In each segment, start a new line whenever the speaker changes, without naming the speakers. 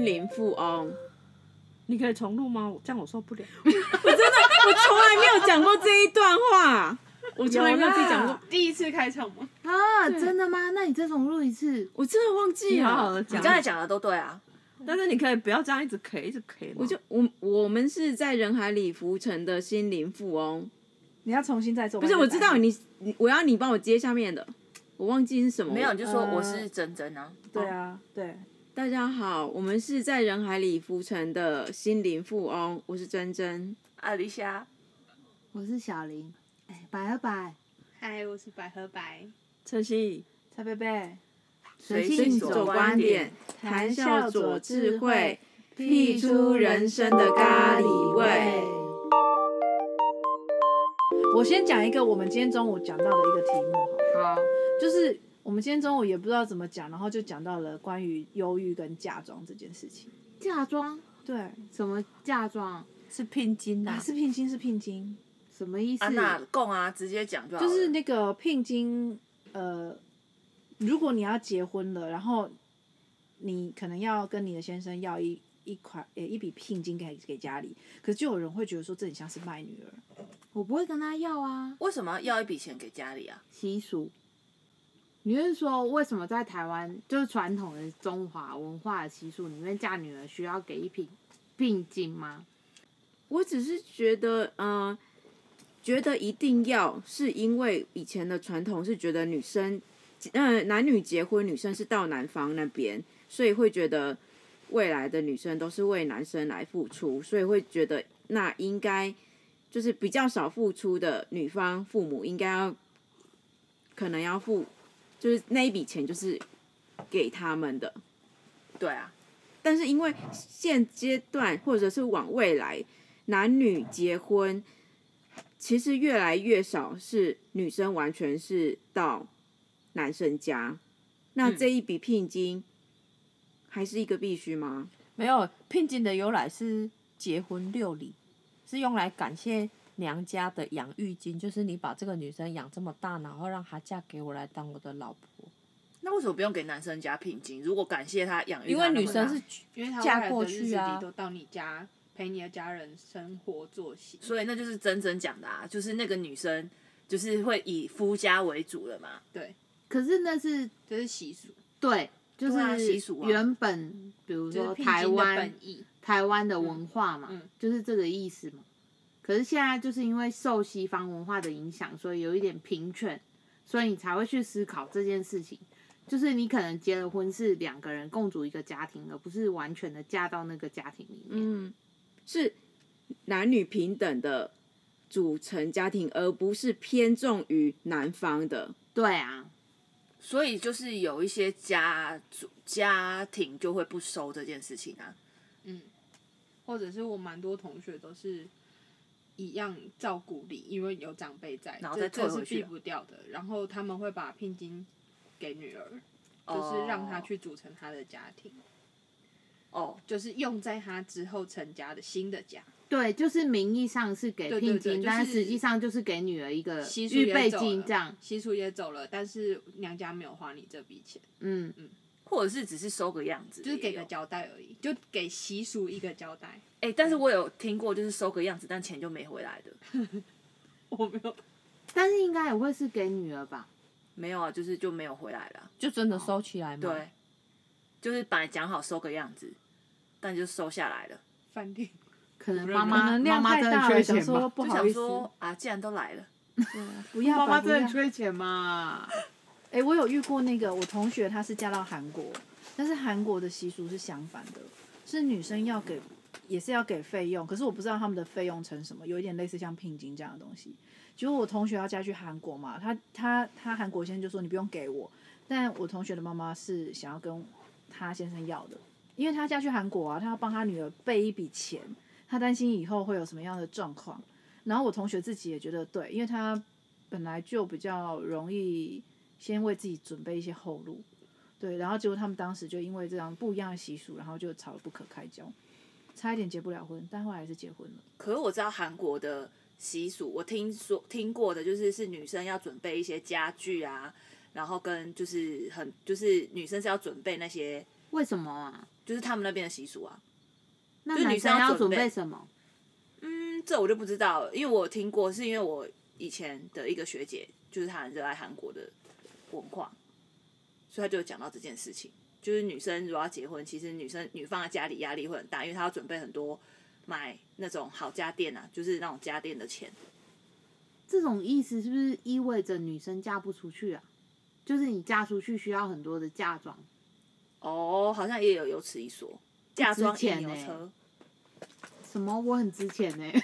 灵富翁。
你可以重录吗？这样我受不了。
我从来没有讲过这一段话，我从来没有自己讲过。
第一次开场吗？
啊，真的吗？那你再重录一次。
我真的忘记
你好好
了。
的讲，
你刚才讲的都对啊。
但是你可以不要这样一直 K 一直 K 吗？
我们是在人海里浮沉的心灵富翁。
你要重新再做。
不是，我知道我要你帮我接下面的，我忘记是什么。
没有，你就说我是珍珍啊。
对啊，对。
大家好，我们是在人海里浮沉的心灵富翁，我是珍珍。
艾丽莎，
我是小林。百合百。
嗨，我是百合白。
晨曦，
蔡贝贝。
随性
左观点，谈笑左智慧，辟出人生的咖喱味。
我先讲一个我们今天中午讲到的一个题目
好，
就是我们今天中午也不知道怎么讲，然后就讲到了关于忧郁跟嫁妆这件事情。
嫁妆？
对，
什么嫁妆？
是聘金啊，
是聘金，是聘金。
什么意思？
啊那供啊，直接讲就好了。
就是那个聘金，如果你要结婚了，然后你可能要跟你的先生要一笔聘金给家里，可是就有人会觉得说这很像是卖女儿。
我不会跟他要啊。
为什么要一笔钱给家里啊？
习俗。你是说为什么在台湾就是传统的中华文化的习俗里面，嫁女儿需要给一笔聘金吗？
我只是觉得一定要，是因为以前的传统是觉得女生，男女结婚，女生是到男方那边，所以会觉得未来的女生都是为男生来付出，所以会觉得那应该就是比较少付出的女方父母应该可能要付，就是那一笔钱就是给他们的。
对啊。
但是因为现阶段或者是往未来，男女结婚其实越来越少是女生完全是到男生家，那这一笔聘金还是一个必须吗？
没有，聘金的由来是结婚六礼，是用来感谢娘家的养育金，就是你把这个女生养这么大，然后让她嫁给我来当我的老婆。
那为什么不用给男生家聘金？如果感谢他养育他，
因为女生是
因为他
嫁过去啊，
都到你家陪你的家人生活作息，
所以那就是珍珍讲的啊，就是那个女生就是会以夫家为主了嘛。
对。
可是那是
这是习俗。
对，就是
习俗啊。
原本比如说台湾的文化嘛，就是这个意思嘛。可是现在就是因为受西方文化的影响，所以有一点平权，所以你才会去思考这件事情。就是你可能结了婚是两个人共组一个家庭，而不是完全的嫁到那个家庭里面。
是男女平等的组成家庭，而不是偏重于男方的。
对啊。
所以就是有一些家庭就会不收这件事情啊。
或者是我蛮多同学都是一样照顾你，因为有长辈在，
然后再退回去，
这是避不掉的。然后他们会把聘金给女儿，就是让她去组成她的家庭。就是用在她之后成家的新的家。
对，就是名义上是给聘金，但是实际上就是给女儿一个预备金，这样。
习俗也走了，但是娘家没有花你这笔钱。
或者是只是收个样子，
就是给个交代而已，就给习俗一个交代。
但是我有听过，就是收个样子，但钱就没回来的。
我没有。
但是应该也会是给女儿吧？
没有啊，就没有回来了。
就真的收起来吗？
对，就是本来讲好收个样子，但就收下来了。
饭店
可能妈妈真
的
缺钱
说
吧，
不好意思
啊，既然都来了，
不要
妈妈真的缺钱嘛。
我有遇过那个我同学，她是嫁到韩国，但是韩国的习俗是相反的，是女生也是要给费用，可是我不知道他们的费用成什么，有一点类似像聘金这样的东西。结果我同学要嫁去韩国嘛，他韩国先生就说你不用给我，但我同学的妈妈是想要跟他先生要的，因为他嫁去韩国啊，他要帮他女儿备一笔钱，他担心以后会有什么样的状况。然后我同学自己也觉得对，因为他本来就比较容易先为自己准备一些后路，对，然后结果他们当时就因为这样不一样的习俗，然后就吵得不可开交，差一点结不了婚，但后来还是结婚了。
可是我知道韩国的习俗，我听过的就是女生要准备一些家具啊，然后跟就是女生是要准备那些。
为什么啊？
就是他们那边的习俗啊。
那
就是女
男生要准
生要准备
备什么？
这我就不知道了，因为我有听过，是因为我以前的一个学姐，就是她很热爱韩国的文化，所以她就有讲到这件事情，就是女生如果要结婚，其实女方的家里压力会很大，因为她要准备很多买那种好家电啊，就是那种家电的钱。
这种意思是不是意味着女生嫁不出去啊？就是你嫁出去需要很多的嫁妆。
哦，好像也有此一说，嫁妆引牛
值钱
车。
什么？我很值钱呢、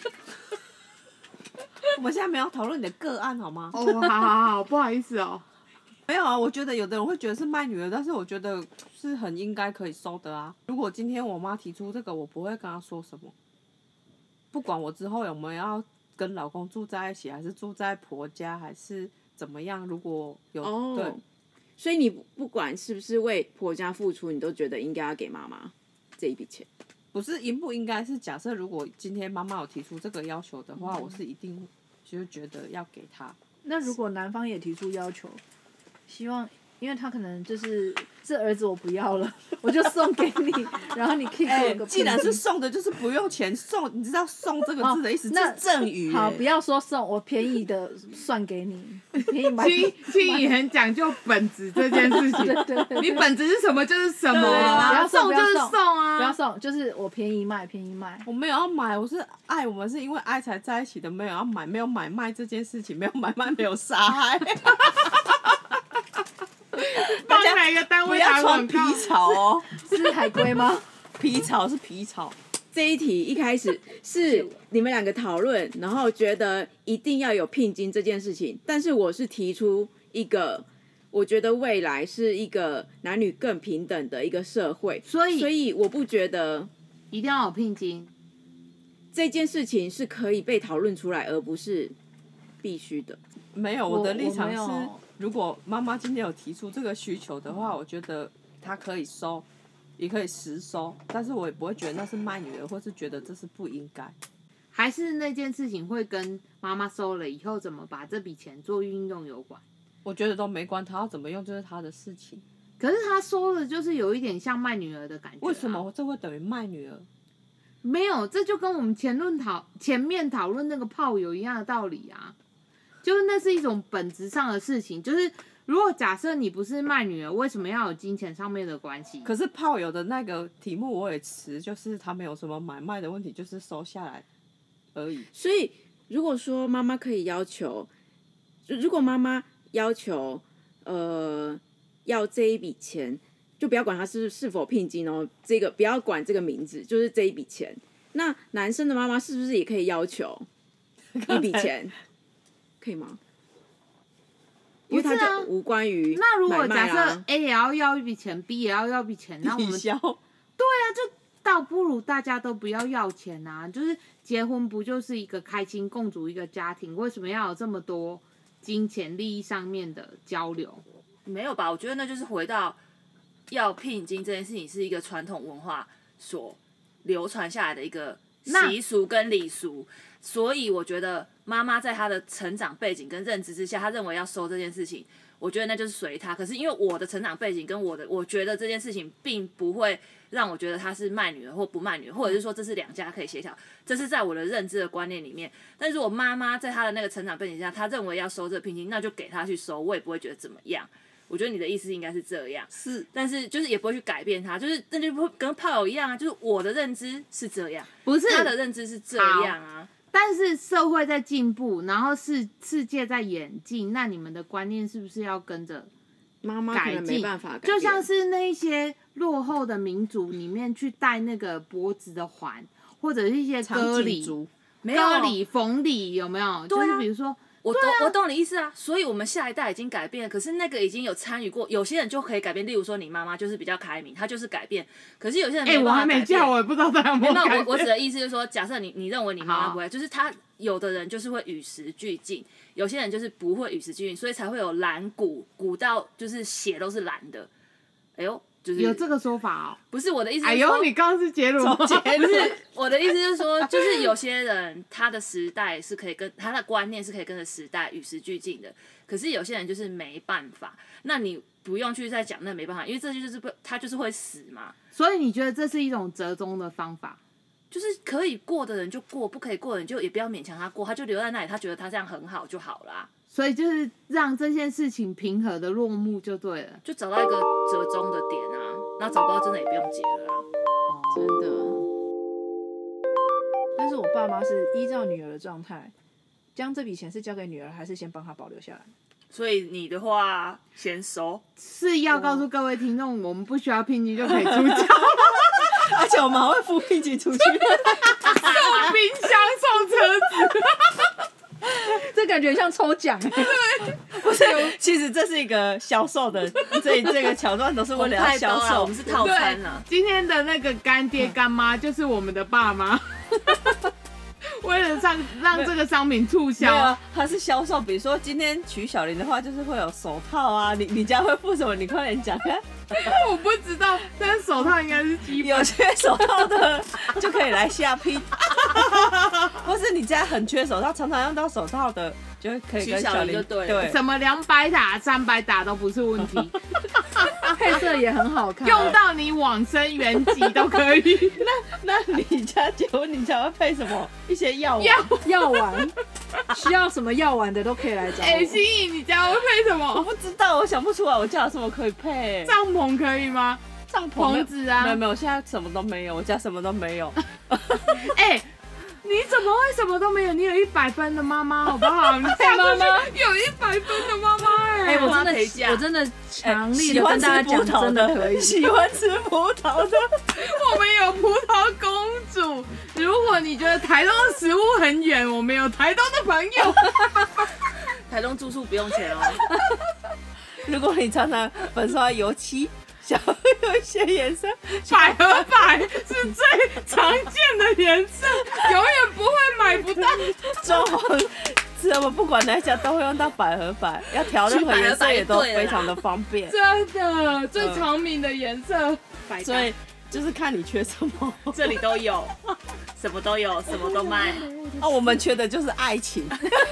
我们现在没有讨论你的个案好吗？
哦，好，不好意思哦。
没有啊，我觉得有的人会觉得是卖女儿，但是我觉得是很应该可以收的啊。如果今天我妈提出这个，我不会跟她说什么，不管我之后有没有要跟老公住在一起，还是住在婆家，还是怎么样，如果有、对，
所以你不管是不是为婆家付出，你都觉得应该要给妈妈这一笔钱。
不是应不应该，是假设如果今天妈妈有提出这个要求的话，我是一定就觉得要给她。
那如果男方也提出要求，希望，因为他可能就是这儿子我不要了，我就送给你，然后你可以给我个、
既然是送的，就是不用钱送。你知赠送这个字的意思，
那
是赠予。
好，不要说送，我便宜的算给你，便宜买。
心怡很讲究本质这件事情，
对
你本质是什么就是什么
不
啊，
要送，
就是送啊，
不要送，就是我便宜卖，便宜卖。
我没有要买，我是爱，我们是因为爱才在一起的，没有要买，没有买卖这件事情，没有买卖，没有杀害。
帮哪个单
不
位
要穿皮
打广告？
草哦，
是海龟吗？
皮草是皮草。
这一题一开始是你们两个讨论，然后觉得一定要有聘金这件事情，但是我是提出一个，我觉得未来是一个男女更平等的一个社会，
所以
我不觉得
一定要有聘金。
这件事情是可以被讨论出来，而不是必须的。
没有，我的立场
我没
是
有，
如果妈妈今天有提出这个需求的话，我觉得她可以收，也可以实收，但是我也不会觉得那是卖女儿，或是觉得这是不应该。
还是那件事情会跟妈妈收了以后怎么把这笔钱做运用有关。
我觉得都没关，她要怎么用就是她的事情。
可是他收的就是有一点像卖女儿的感觉、啊。
为什么这会等于卖女儿？
没有，这就跟我们前面讨论那个炮友一样的道理啊。就是那是一种本质上的事情，就是如果假设你不是卖女儿，为什么要有金钱上面的关系？
可是炮友的那个题目我也持，就是他没有什么买卖的问题，就是收下来而已。
所以如果说妈妈可以要求，如果妈妈要求要这一笔钱，就不要管他是否聘金哦，这个不要管这个名字，就是这一笔钱。那男生的妈妈是不是也可以要求一笔钱？可以吗？因为它就无关于
那如果假
买卖啊
设 A 也要一笔钱 ，B 也要一笔钱，那我们
抵消。
倒不如大家都不要钱啊！就是结婚不就是一个开心共组一个家庭，为什么要有这么多金钱利益上面的交流？
没有吧？我觉得那就是回到要聘金这件事情是一个传统文化所流传下来的一个习俗跟礼俗，所以我觉得妈妈在她的成长背景跟认知之下，她认为要收这件事情，我觉得那就是随她。可是因为我的成长背景跟我觉得这件事情并不会让我觉得她是卖女儿或不卖女儿，或者是说这是两家可以协调，这是在我的认知的观念里面。但是我妈妈在她的那个成长背景下，她认为要收这个聘金，那就给她去收，我也不会觉得怎么样。我觉得你的意思应该是这样，
是，
但是就是也不会去改变它，就是那就不跟炮友一样啊，就是我的认知是这样，
不是
他的认知是这样啊。
但是社会在进步，然后世界在演进，那你们的观念是不是要跟着
妈妈可能没办法改变，
就像是那一些落后的民族里面去戴那个脖子的环，或者是一些歌礼、歌礼、缝礼，有没有？
对啊，
就是比如说。
我懂你意思啊，所以我们下一代已经改变了，可是那个已经有参与过，有些人就可以改变，例如说你妈妈就是比较开明，她就是改变，可是有些人没办法改变。
我还没叫，我也不知道她有没有改变。
我指的意思就是说，假设你认为你妈妈不会，就是他有的人就是会与时俱进，有些人就是不会与时俱进，所以才会有蓝骨到就是血都是蓝的，哎呦。 就是
有这个说法哦。
不是我的意思是说，
哎呦，你刚刚是结论吗？
不是我的意思是说，就是有些人他的时代是可以跟他的观念是可以跟着时代与时俱进的，可是有些人就是没办法。那你不用去再讲那没办法，因为这就是他就是会死嘛。
所以你觉得这是一种折中的方法？
就是可以过的人就过，不可以过的人就也不要勉强他过，他就留在那里，他觉得他这样很好就好啦。
所以就是让这件事情平和的落幕就对了。
就找到一个折中的点啊，那找不到真的也不用结了啦。
真的。
但是我爸妈是依照女儿的状态，将这笔钱是交给女儿，还是先帮她保留下来？
所以你的话先收，
是要告诉各位听众，我们不需要聘金就可以出缴。
而且我们还会付聘金出去，送
冰箱、送车子，
这感觉像抽奖
不是？其实这是一个销售的，这个桥段都是为了要销售。
我们是套餐啦。
今天的那个干爹干妈就是我们的爸妈，为了让这个商品促
没有
销
啊，它是销售。比如说今天娶小林的话，就是会有手套啊。你家会付什么？你快点讲看。
我不知道，但是手套应该是基本。
有缺手套的就可以来下拼，或是你家很缺手套，常常用到手套的，就可以跟小林
就对了
什么200打、300打都不是问题，
配色也很好看，
用到你往生原籍都可以。
那你家结婚你才会配什么？一些药丸？
药丸，需要什么药丸的都可以来找我。
哎，心怡，你家会配什
我
么？
不知道，我想不出来，我家有什么可以配？
帐篷可以吗？
帐篷
棚子啊
没有没有，现在什么都没有，我家什么都没有。
哎，你怎么会什么都没有？你有100分的妈妈，好不好？你嫁过去有100分的妈妈哎！
哎，我真
陪嫁
的，我真的强烈
喜
的跟
欢吃葡
大家讲，
萄
真的可以。
喜欢吃葡萄的。
我们有葡萄公主。如果你觉得台东的食物很远，我们有台东的朋友。
台东住宿不用钱哦。
如果你常常粉刷油漆，想要有一些颜色，
百合白是最常见的颜色，永远不会买不到。
装潢，什么不管哪一家都会用到百合白，要调任何颜色也都非常的方便。
真的，最常名的颜色。
所以就是看你缺什么。
这里都有，什么都有，什么都卖。
啊，我们缺的就是爱情。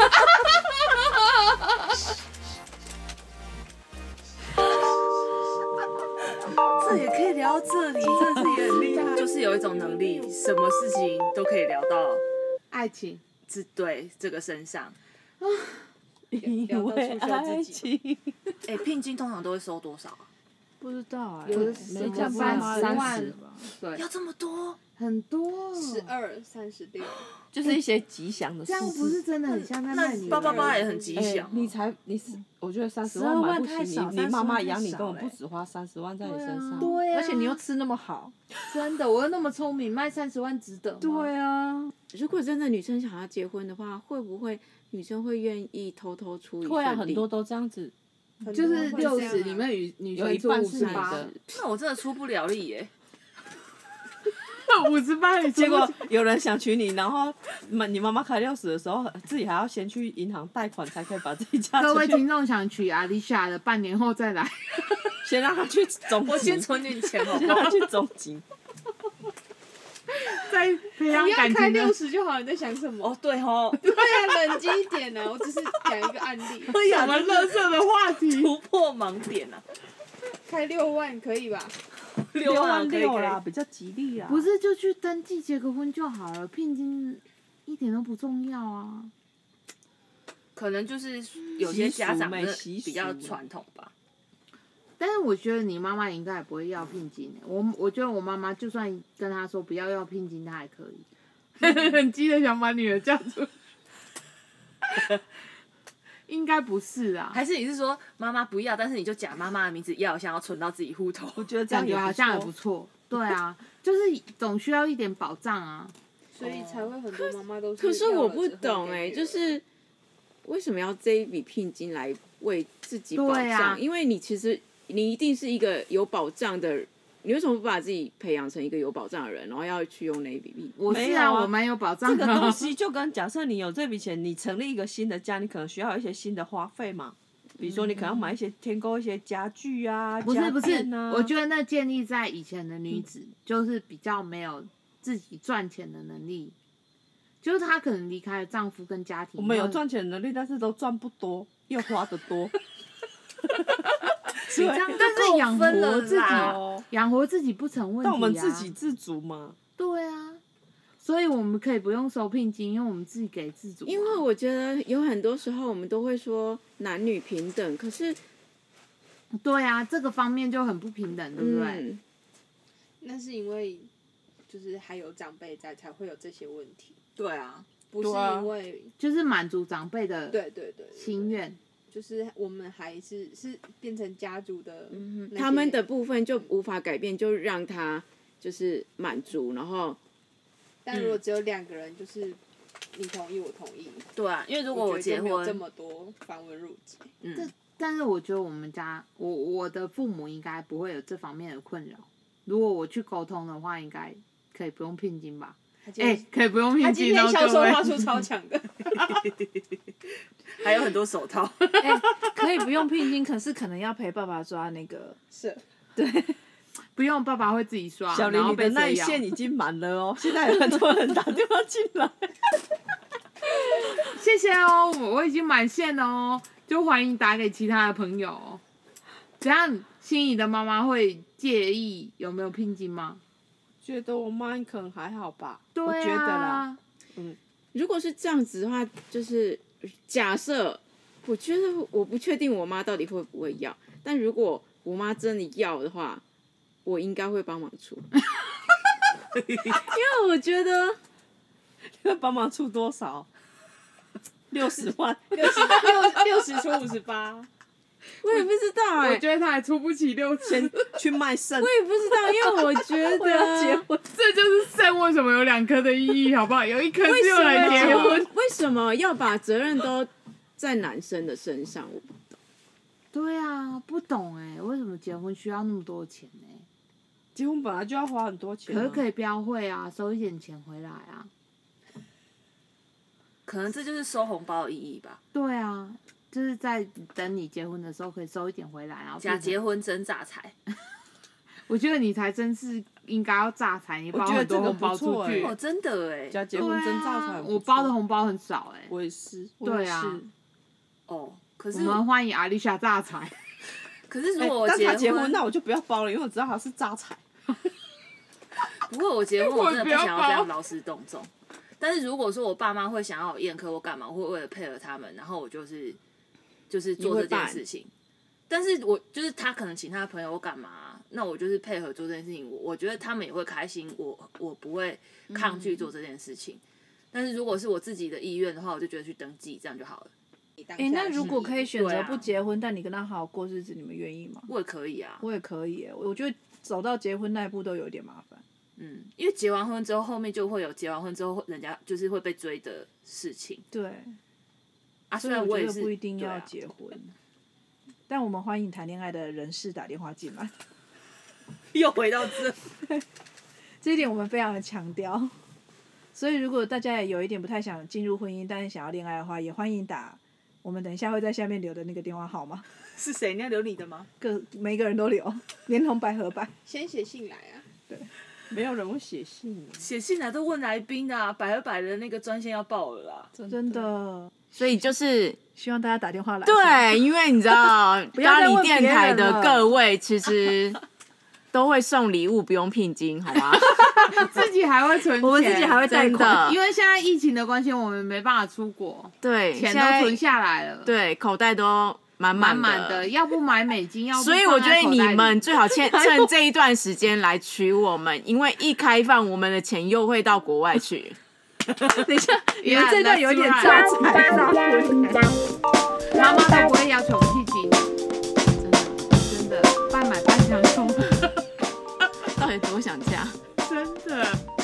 这也可以聊到这里，真的是也很厉害。就是有一种能力，什么事情都可以聊到
爱情，
对这个身上。
因为爱情。
哎，聘金通常都会收多少啊？
不知道哎，
有的
没讲
30
万
吧，对，
要这么多？
很多。
12、36，
就是一些吉祥的
这样
数字。
不是真的很像在卖女儿？
那888也很吉祥。
你是，我觉得30万买不起，
太少
你妈妈养你
30万太少
根本不止花30万在你身上。
对啊，
而且你又吃那么好。
真的，我又那么聪明，卖30万值得吗？
对啊，
如果真的女生想要结婚的话，会不会女生会愿意偷偷出一份力？
会啊，很多都这样子。
就是60里面女生出
有一半是你
58
的，
那我真的出不了力耶。
58你
结果有人想娶你，然后你妈妈开60的时候，自己还要先去银行贷款，才可以把自己嫁出去。
各位听众想娶阿丽莎的，半年后再来。
先让他去总
我先
金，
存点钱好不好？
先让他去总金。
在培养
不要开
感情的。
60就好，你在想什么？
哦，对哦，
对啊，冷静一点呢，我只是讲一个案例，
什么垃圾的话题？
突破盲点啊
开6万可以吧？
！6万可以
6啦，比较吉利啦。
不是就去登记结个婚就好了，聘金一点都不重要啊。
可能就是有些家长真的
习俗
比较传统吧。
但是我觉得你妈妈应该也不会要聘金欸，我觉得我妈妈就算跟她说不要聘金，她还可以。很急的想把女儿嫁出。应该不是啊，
还是你是说妈妈不要，但是你就假妈妈的名字要，想要存到自己户头？
我觉得这样
感觉好像也不错。对啊，就是总需要一点保障啊。
所以才会很多妈妈都是。
可是我不懂哎、就是为什么要这一笔聘金来为自己保障？
对啊
因为你其实你一定是一个有保障的人，你为什么不把自己培养成一个有保障的人，然后要去用那一笔聘金？
我是啊，
没有啊
我蛮有保障的。
这个东西就跟假设你有这笔钱，你成立一个新的家，你可能需要一些新的花费嘛。 比如说你可能要买一些添购一些家具啊，
不是，
啊、
我觉得那建立在以前的女子就是比较没有自己赚钱的能力，就是她可能离开了丈夫跟家庭。
我们有赚钱的能力，但是都赚不多，又花得多。
你这样
但是养活自己，
哦
养活自己不成问题、啊。
但我们自给自足嘛。
对啊，所以我们可以不用收聘金，因为我们自己给自足、啊。
因为我觉得有很多时候我们都会说男女平等，可是，
对啊，这个方面就很不平等，对不对？
那是因为就是还有长辈在，才会有这些问题。
对啊，
不是因为
就是满足长辈的
对
心愿。
就是我们还是变成家族的，
他们的部分就无法改变，就让他就是满足，然后。
但如果只有2个人，就是你同意我同意。
对啊，因为如果
我
结婚，
没有这么多繁文缛节。
但是我觉得我们家，我的父母应该不会有这方面的困扰。如果我去沟通的话，应该可以不用聘金吧？可以不用聘金。
他今天销售话术超强的，
还有很多手套。
可以不用聘金，可是可能要陪爸爸抓那个。
是。
对。
不用，爸爸会自己刷。
小林，你的那一线已经满了哦，现在有很多人打电话进来。
谢谢哦，我已经满线了哦，就欢迎打给其他的朋友哦。怎样，心仪的妈妈会介意有没有聘金吗？
觉得我妈可能还好吧，
对啊、
我觉得啦。
如果是这样子的话，就是假设，我觉得我不确定我妈到底会不会要，但如果我妈真的要的话。我应该会帮忙出，因为我觉得，
你会帮忙出多少？60万
，60出58。
我也不知道
我觉得他还出不起6000，
先去卖肾。
我也不知道，因为我觉得
我要结婚，
这就是肾为什么有2颗的意义，好不好？有一颗是用来结婚。
为什么要把责任都在男生的身上？我不懂。
对啊，不懂为什么结婚需要那么多钱呢？
结婚本来就要花很多钱、
可以标会啊，收一点钱回来啊。
可能这就是收红包的意义吧。
对啊，就是在等你结婚的时候可以收一点回来，然后
假结婚真榨财。
我觉得你才真是应该要榨财，你包很多红包出去。
真的
假结婚真榨财。
我包的红包很少
我也是。
对啊。
可是
我们欢迎阿丽莎榨财。
可是如果我
结婚，那我就不要包了，因为我知道他是榨财。
不过我结婚我真的不想要这样劳师动众，但是如果说我爸妈会想要有宴客或干嘛，我会为了配合他们，然后我就是做这件事情。但是我就是他可能请他的朋友或干嘛，那我就是配合做这件事情，我觉得他们也会开心，我不会抗拒做这件事情。但是如果是我自己的意愿的话，我就觉得去登记这样就好了。
那如果可以选择不结婚，但你跟他好好过日子，你们愿意吗？
我也可以啊，
我也可以。我觉得走到结婚那一步都有点麻烦。
因为结完婚之后，后面就会有结完婚之后人家就是会被追的事情。
对。
虽然我也是
不一定要结婚，但我们欢迎谈恋爱的人士打电话进来。
又回到
这一点我们非常的强调。所以如果大家也有一点不太想进入婚姻，但是想要恋爱的话，也欢迎打我们等一下会在下面留的那个电话号码。
是谁？你要留你的吗？
每一个人都留，连同百合版。
先写信来啊。
对。
没有人会写信。
写信来都问来宾啊，百合版的那个专线要爆了啦。
真的。
所以就是
希望大家打电话来。
对，因为你知道，咖喱电台的各位其实都会送礼物，不用聘金，好吗？
自己还会存钱，
我们自己还会贷款，
因为现在疫情的关系，我们没办法出国，
对，
钱都存下来了，
对，口袋都满
的，要不买美金，要不
所以我觉得你们最好趁这一段时间来娶我们，因为一开放，我们的钱又会到国外去。
等一下，你们这段有点渣财，
妈妈都不会要求聘金，真的，半买半相送，
到底多想嫁？
真的。